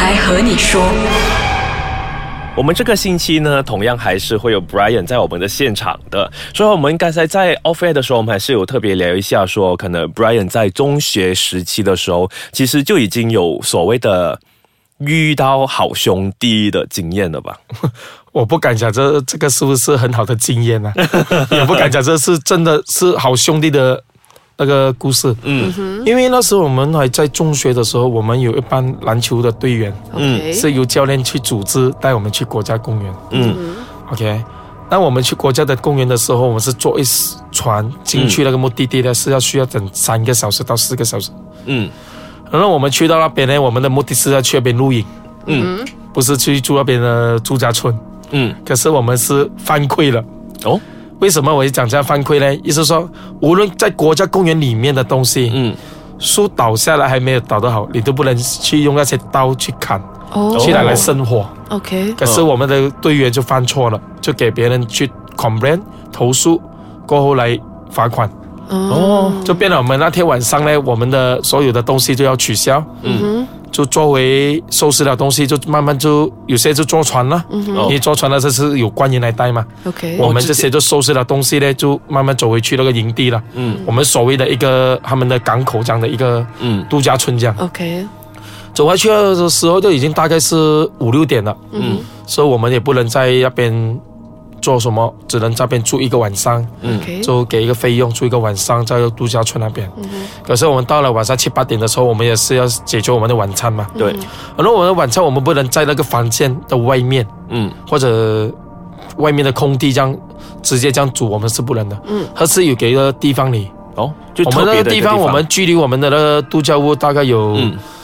台和你说。 我们这个星期呢，同样还是会有 Brian 在我们的现场的，所以我们刚才在 off air 的时候，我们还是有特别聊一下说，可能 Brian 在中学时期的时候，其实就已经有所谓的遇到好兄弟的经验了吧？ 我不敢讲这个是不是很好的经验啊，也不敢讲这是真的是好兄弟的那个故事。因为那时候我们还在中学的时候，我们有一班篮球的队员，是由教练去组织带我们去国家公园。OK， 那我们去国家的公园的时候，我们是坐一船进去那个目的地的，是需要等3个小时到4个小时。然后我们去到那边呢，我们的目的是要去那边露营。不是去住那边的度假村。可是我们是犯规了。为什么我讲这样犯规呢？意思说，无论在国家公园里面的东西，树倒下来还没有倒得好，你都不能去用那些刀去砍，去拿来生火。可是我们的队员就犯错了，就给别人去 complain 投诉，过后来罚款。就变了我们那天晚上呢，我们的所有的东西就要取消。就作为收拾了东西，就慢慢就有些就坐船了。因为坐船了，这是有官员来带嘛。我们这些就收拾了东西呢，就慢慢走回去那个营地了。我们所谓的一个他们的港口这样的一个度假村这样。走回去的时候就已经大概是5、6点了。所以我们也不能在那边做什么，只能在那边住1个晚上。就给一个费用住1个晚上在度假村那边。可是我们到了晚上7、8点的时候，我们也是要解决我们的晚餐嘛。对。然后我们的晚餐我们不能在那个房间的外面，或者外面的空地这样直接这样煮，我们是不能的。它是有给一个地方里。就我们那个地方，我们距离我们的那个度假屋大概有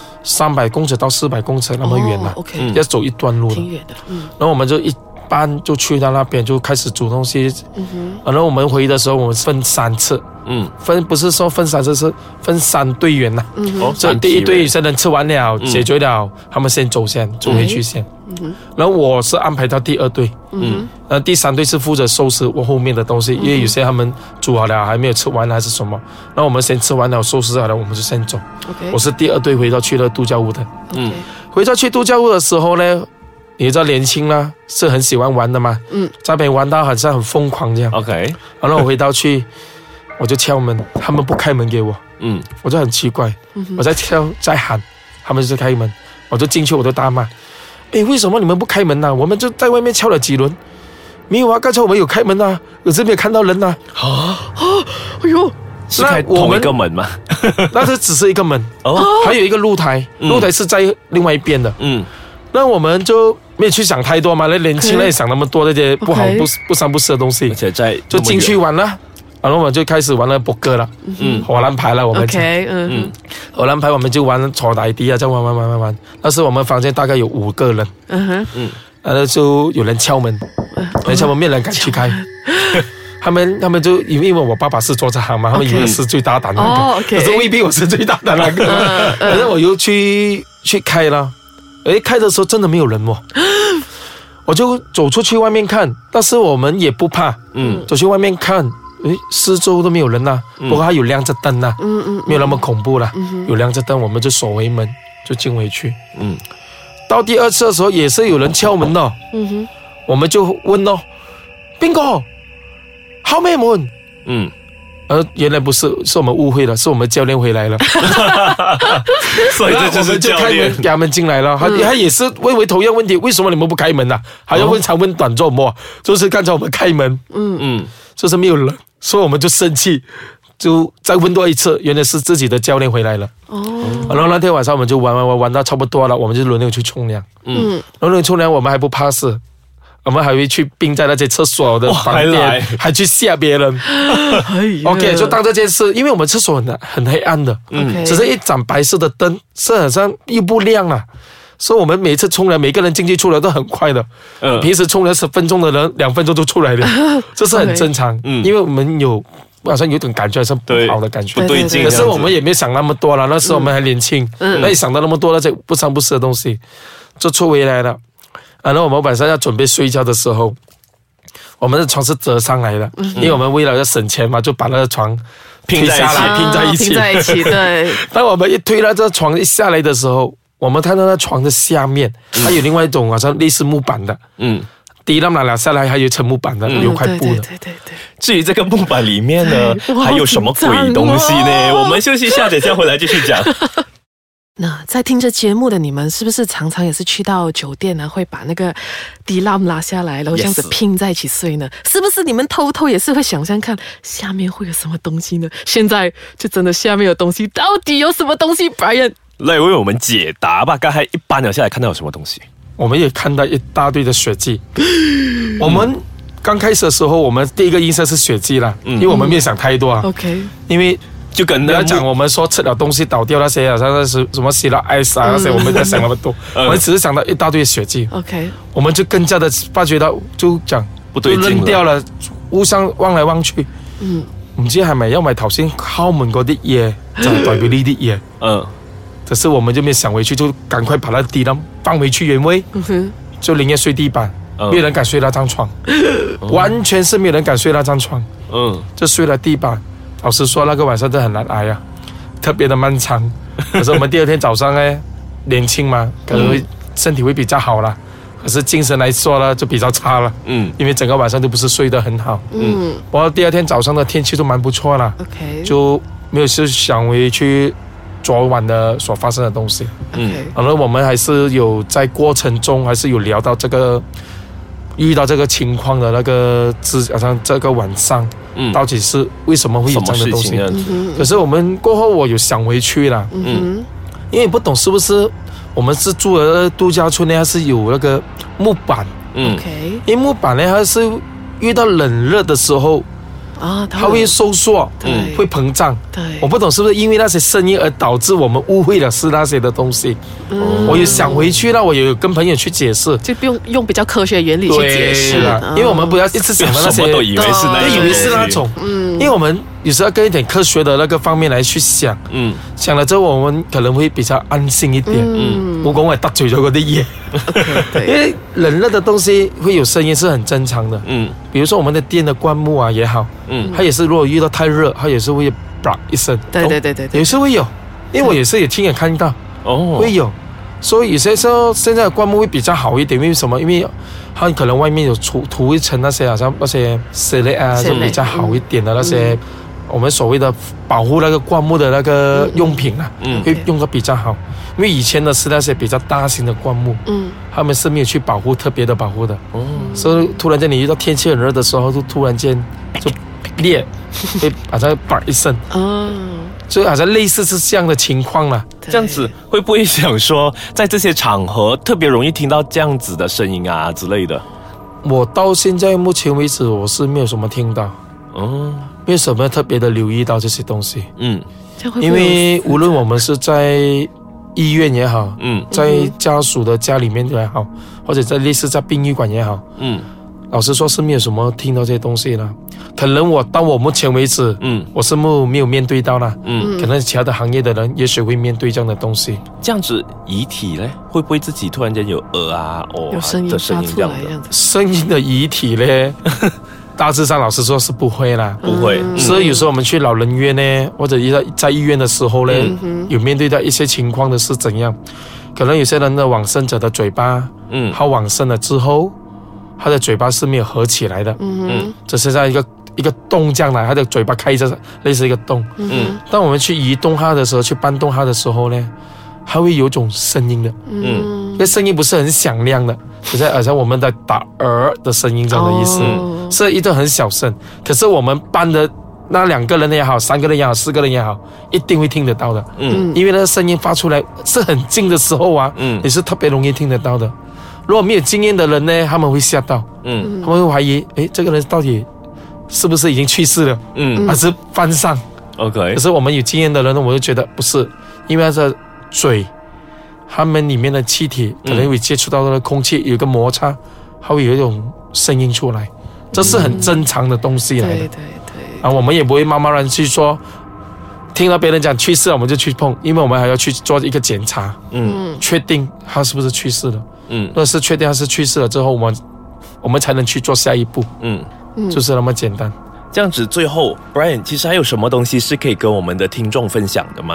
300公尺到400公尺那么远了。要走一段路的。挺远的。然后我们就一班就去到那边就开始煮东西。然后我们回的时候，我们分3次。不是说分3次，是分3队员呐。这第一队先人吃完了，解决了，他们先走回去先。然后我是安排到第2队。第3队是负责收拾我后面的东西，因为有些他们煮好了还没有吃完还是什么。然后我们先吃完了，收拾好了，我们就先走。我是第2队回到去了度假屋的。回到去度假屋的时候呢，你知道年轻啦，是很喜欢玩的嘛。在那边玩到好像很疯狂这样。然后我回到去，我就敲门，他们不开门给我。我就很奇怪，我在敲在喊，他们就开门，我就进去，我就大骂：为什么你们不开门啊？我们就在外面敲了几轮，没有啊，刚才我们有开门啊，可是没有看到人啊。哎呦， 是开同一个门吗？ 那这只是一个门。还有一个露台，露台是在另外一边的。那我们就没有去想太多嘛，那年轻人也想那么多那些不好不三不四的东西， 而且就进去玩了。然后我们就开始玩了扑克了。火蓝牌了，我们火蓝牌我们就玩搓大地啊，这样玩。那时我们房间大概有5个人。然后就有人敲门，没有人敢去开。他们就因为我爸爸是做这行嘛，他们以为是最大胆的那个。可是未必我是最大胆的那个。反正我又去开了。开的时候真的没有人哦。我就走出去外面看，但是我们也不怕。走去外面看，四周都没有人啊。不过还有亮着灯啊。没有那么恐怖了。有亮着灯，我们就锁回门，就进回去。到第2次的时候也是有人敲门哦。我们就问哦，边个？敲咩门？原来不是，是我们误会了，是我们教练回来了。 所以这就是教练。 我们就开门给他们进来了。他也是问同样问题，为什么你们不开门啊？还要问长问短做什么？就是刚才我们开门，就是没有人，所以我们就生气，就再问多1次，原来是自己的教练回来了。然后那天晚上我们就玩到差不多了，我们就轮流去冲凉。轮流冲凉，我们还不怕事。我们还会去并在那些厕所的旁边，还去吓别人。OK， 就当这件事，因为我们厕所很黑暗的，只是一盏白色的灯，是好像又不亮了。所以我们每次冲凉，每个人进去出来都很快的。平时冲凉10分钟的人，2分钟就出来了，这是很正常。因为我们好像有点感觉，好像不好的感觉， 不对劲。 可是我们也没想那么多了，那时候我们还年轻，那你想到那么多那些不三不四的东西，就出回来了。然后我们晚上要准备睡觉的时候，我们的床是折上来的。因为我们为了要省钱嘛，就把那个床推下来拼在一起。 对。 当我们一推那这床一下来的时候， 我们看到那床的下面，还有另外一种好像类似木板的，滴浪拿下来还有一层木板的，有块布的。 对。 至于这个木板里面呢，还有什么鬼东西呢？我们休息一下，等一下回来继续讲。 那在听着节目的你们，是不是常常也是去到酒店呢，会把那个地浪拉下来，然后这样子拼在一起睡呢？是不是你们偷偷也是会想象看下面会有什么东西呢？现在就真的下面有东西，到底有什么东西 ，Brian？ 来为我们解答吧。刚才一搬了下来，看到有什么东西？ 我们也看到一大堆的血迹。我们刚开始的时候，我们第一个印象是血迹啦，因为我们没有想太多啊。 OK， 因为就跟人家讲，我们说吃了东西倒掉那些，好像是什么希腊艾斯啊那些，我们在想那么多，我们只是想到一大堆血迹。 OK， 我们就更加的发觉到，就讲不对劲了， 扔掉了，互相望来望去。唔知係咪因為頭先敲門嗰啲嘢就代表呢啲嘢？可是我們就沒有想回去，就趕快把那地浪放回去原位，就寧願睡地板，沒有人敢睡那張床，完全是沒有人敢睡那張床，就睡了地板。老實說，那個晚上真的很難捱啊，特別的漫長。可是我們第二天早上呢，年輕嘛，可能會身體會比較好啦。可是精神來說呢，就比較差了。因為整個晚上都不是睡得很好。不過第二天早上的天氣都蠻不錯啦。就沒有去想回去昨晚的所發生的東西。然後我們還是有在過程中還是有聊到這個遇到這個情況的那個好像這個晚上到底是為什麼會有這樣的東西。可是我們過後我有想回去啦。因為不懂是不是我們是住的度假村呢，還是有那個木板。因為木板呢，它是遇到冷熱的時候它會收縮，會膨脹。我不懂是不是因為那些聲音而導致我們誤會了是那些的東西。我有想回去了，我有跟朋友去解釋， 就不用比較科學原理去解釋了。 因為我們不要一直想到那些， 都以為是那種。 因為我們有時候要跟一點科學的那個方面來去想，想了之後我們可能會比較安心一點。冇講我得罪咗嗰啲嘢，因為冷熱的東西會有聲音是很正常的。比如說我們的電的灌木啊也好，它也是如果遇到太熱，它也是會啪一聲。 對， 也是會有，因為我也是也親眼看到，會有。所以有些時候現在的灌木會比較好一點，因為什麼？因為它可能外面有塗一層那些好像那些石類啊，就比較好一點的那些。我們所謂的保護那個灌木的那個用品啊，會用得比較好。因為以前的是那些比較大型的灌木，他們是沒有去保護，特別的保護的。所以突然間你遇到天氣很熱的時候，就突然間就裂，會好像啪一聲。就好像類似是這樣的情況啦。 這樣子會不會想說，在這些場合特別容易聽到這樣子的聲音啊之類的？ 我到現在目前為止，我是沒有什麼聽到。沒有什麼特別的留意到這些東西。因為無論我們是在醫院也好，在家屬的家裡面也好，或者在類似在殯儀館也好，老實說是沒有什麼聽到這些東西啦。可能到我目前為止，我是沒有面對到啦。可能其他的行業的人也許會面對這樣的東西。 這樣子遺體呢，會不會自己突然間有有聲音發出來這樣子？ 聲音的遺體呢？大致上老實說是不會啦， 不會。 所以有時候我們去老人院呢，或者在醫院的時候呢，有面對到一些情況的是怎樣？可能有些人的往生者的嘴巴，他往生了之後，他的嘴巴是沒有合起來的，只是在一個洞這樣來，他的嘴巴開着，類似一個洞。當我們去移動它的時候，去搬動它的時候呢，它會有種聲音的，那聲音不是很響亮的，就是好像我們在打的聲音這樣的意思。是一個很小聲，可是我們班的那2個人也好，3個人也好，4個人也好，一定會聽得到的。因為那個聲音發出來是很近的時候啊，你是特別容易聽得到的。如果沒有經驗的人呢，他們會嚇到，他們會懷疑，誒，這個人到底是不是已經去世了，還是翻上 ？OK。 可是我們有經驗的人，我就覺得不是，因為它的嘴，他們裡面的氣體可能會接觸到那個空氣，有一個摩擦，它會有一種聲音出來。這是很正常的東西來的，對。我們也不會貿貿然去說，聽到別人講去世了，我們就去碰，因為我們還要去做一個檢查，確定他是不是去世了，如果是確定他是去世了之後，我們才能去做下一步，就是那麼簡單。 這樣子，最後 Brian，其實還有什麼東西是可以跟我們的聽眾分享的嗎？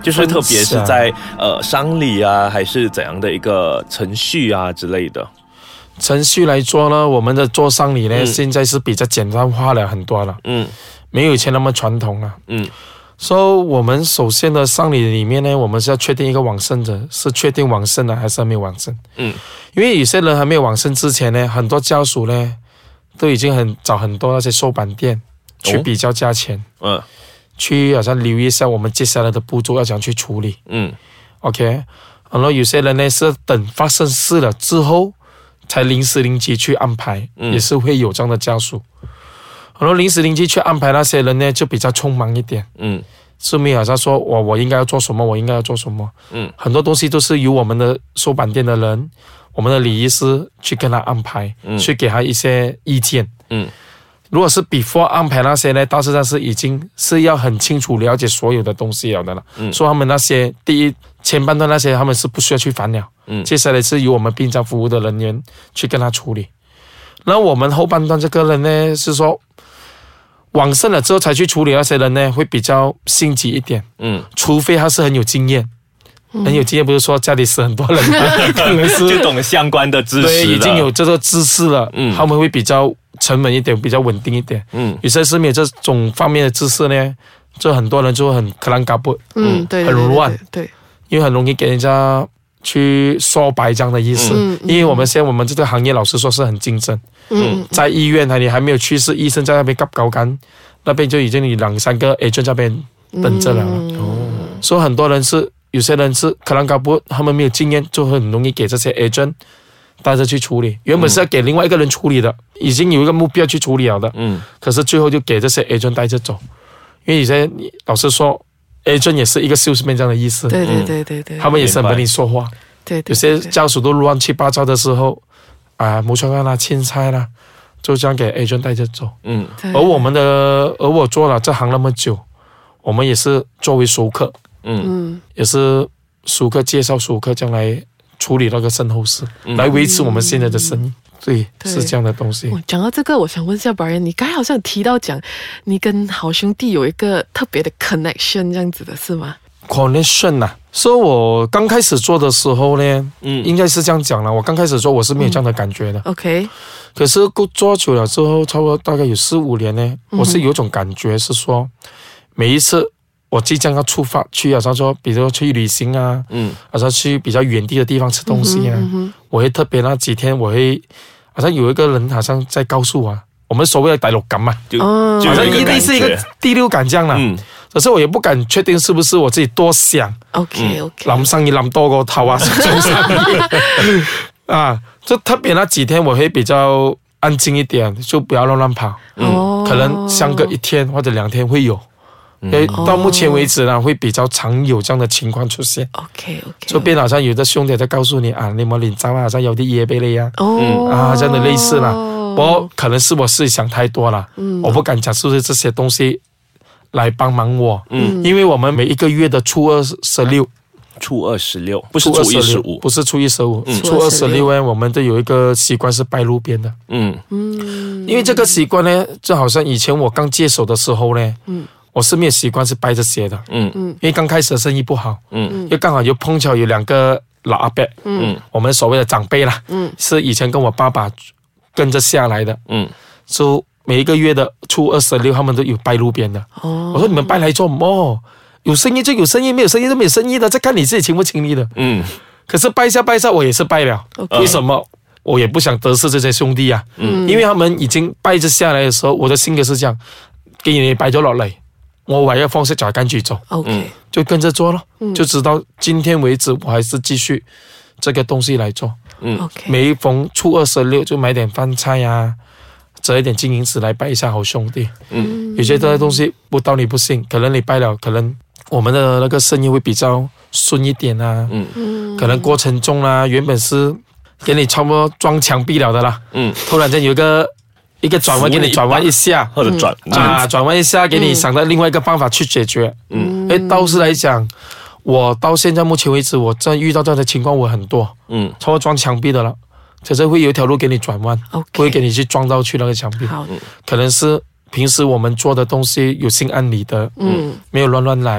就是特别是在丧礼啊，还是怎样的一个程序啊之类的。 程序来做呢，我们的做丧礼呢，现在是比较简单化了很多了，没有以前那么传统了，所以我们首先的丧礼里面呢，我们是要确定一个往生者是确定往生了还是还没有往生，因为有些人还没有往生之前呢，很多家属呢都已经找很多那些寿板店去比较价钱，去好像留意一下我们接下来的步骤要怎样去处理，OK， 然后有些人呢是等发生事了之后才临时临机去安排，也是会有这样的家属。然后临时临机去安排那些人呢，就比较匆忙一点，是没有好像说我应该要做什么，我应该要做什么，很多东西都是由我们的收板店的人，我们的礼仪师去跟他安排，去给他一些意见，如果是 before 安排那些呢，大致上是已经是要很清楚了解所有的东西了的了，所以他们那些第一前半段那些他们是不需要去烦了，接下来是由我们殡葬服务的人员去跟他处理。那我们后半段这个人呢，是说往生了之后才去处理那些人呢，会比较心急一点，除非他是很有经验，很有经验，不是说家里死很多人，可能是就懂相关的知识， 对，已经有这个知识了，他们会比较沉稳一点，比较稳定一点，有些是没有这种方面的知识呢，就很多人就很可能搞不， 对， 很乱， 对， 因为很容易给人家去说白这样的意思，因为我们现在我们这个行业老实说是很竞争，在医院你还没有去世，医生在那边急高干，那边就已经有2-3个 agent 在那边等着了，所以很多人是有些人是可能搞不，他们没有经验，就很容易给这些 agent 带着去处理，原本是要给另外一个人处理的，已经有一个目标去处理了的，可是最后就给这些 agent 带着走，因为有些老实说 agent 也是一个 salesman 这样的意思， 对， 他们也是很跟你说话， 对， 有些家属都乱七八糟的时候冇错啦，钦差啦，就这样给 agent 带着走，而我做了这行那么久，我们也是作为熟客，也是熟客介绍熟客这样来处理那个身后事，来维持我们现在的生意，对，是这样的东西。 讲到这个，我想问一下 Brian， 你刚才好像提到讲你跟好兄弟有一个特别的 connection 这样子的是吗？ connection 啊，所以我刚开始做的时候呢，应该是这样讲了，我刚开始做我是没有这样的感觉的， OK， 可是做久了之后，差不多大概有4-5年呢，我是有种感觉是说，每一次我即将要出发去，好像说比如说去旅行啊，好像去比较远地的地方吃东西啊，我会特别那几天我会好像有一个人好像在告诉我，我们所谓的第六感嘛，好像类似一个第六感这样啦，可是我也不敢确定是不是我自己多想 OK， 諗生意諗多過頭啊，做生意啊，就特別那幾天我會比較安靜一點，就不要亂跑，可能相隔1天或者2天會有，到目前為止呢會比較常有這樣的情況出現。 OK， 就變好像有的兄弟在告訴你啊，你冇連招啊，好像有啲嘢俾你啊，啊，這樣的類似啦。不過可能是我自己想太多了，我不敢講是不是這些東西來幫忙我，因為我們每一個月的初二16， 不是初一15， 不是初一15，初二16呢，我們都有一個習慣是拜路邊的，因為這個習慣呢，就好像以前我剛接手的時候呢，我是沒有習慣是拜這些的，因為剛開始的生意不好，因為剛好又碰巧有2個老阿伯，我們所謂的長輩啦，是以前跟我爸爸跟着下來的，就每一個月的初二16，他們都有拜路邊的。我說你們拜來做什麼？有生意就有生意，沒有生意就沒有生意的，這看你自己情不情理的。可是拜一下，我也是拜了。為什麼？我也不想得罪這些兄弟啊。因為他們已經拜着下來的時候，我的性格是這樣，既然你拜咗落嚟，我唯一方式就係跟住做，就跟着做咯，就直到今天為止，我還是繼續這個東西來做。每逢初二16就買點飯菜啊，折一點金銀紙來拜一下好兄弟。有些這些東西不到你不信，可能你拜了，可能我們的那個生意會比較順一點啊。可能過程中啊，原本是給你差不多裝牆壁了的啦，突然間有一個轉彎，給你轉彎一下， 或者轉彎一下，給你想到另外一個方法去解決。倒是來講，我到現在目前為止，我真遇到這樣的情況我很多，差不多裝牆壁的了，可是會有一條路給你轉彎，不會給你去撞到去那個牆壁。可能是平時我們做的東西有心安理得，沒有亂來，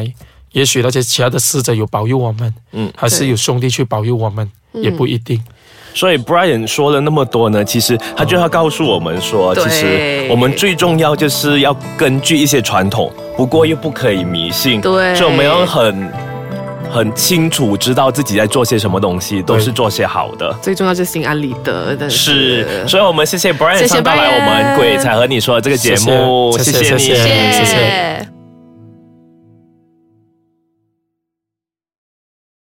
也许那些其他的使者有保佑我们，还是有兄弟去保佑我们，也不一定。 所以 Brian 说了那么多呢，其实他就要告诉我们说，其实我们最重要就是要根据一些传统，不过又不可以迷信。 对， 所以我们要很清楚知道自己在做些什么东西，都是做些好的。 最重要就是心安理得的。 是，所以我们谢谢 Brian 上到来我们鬼才和你说的这个节目， 谢谢你，谢谢。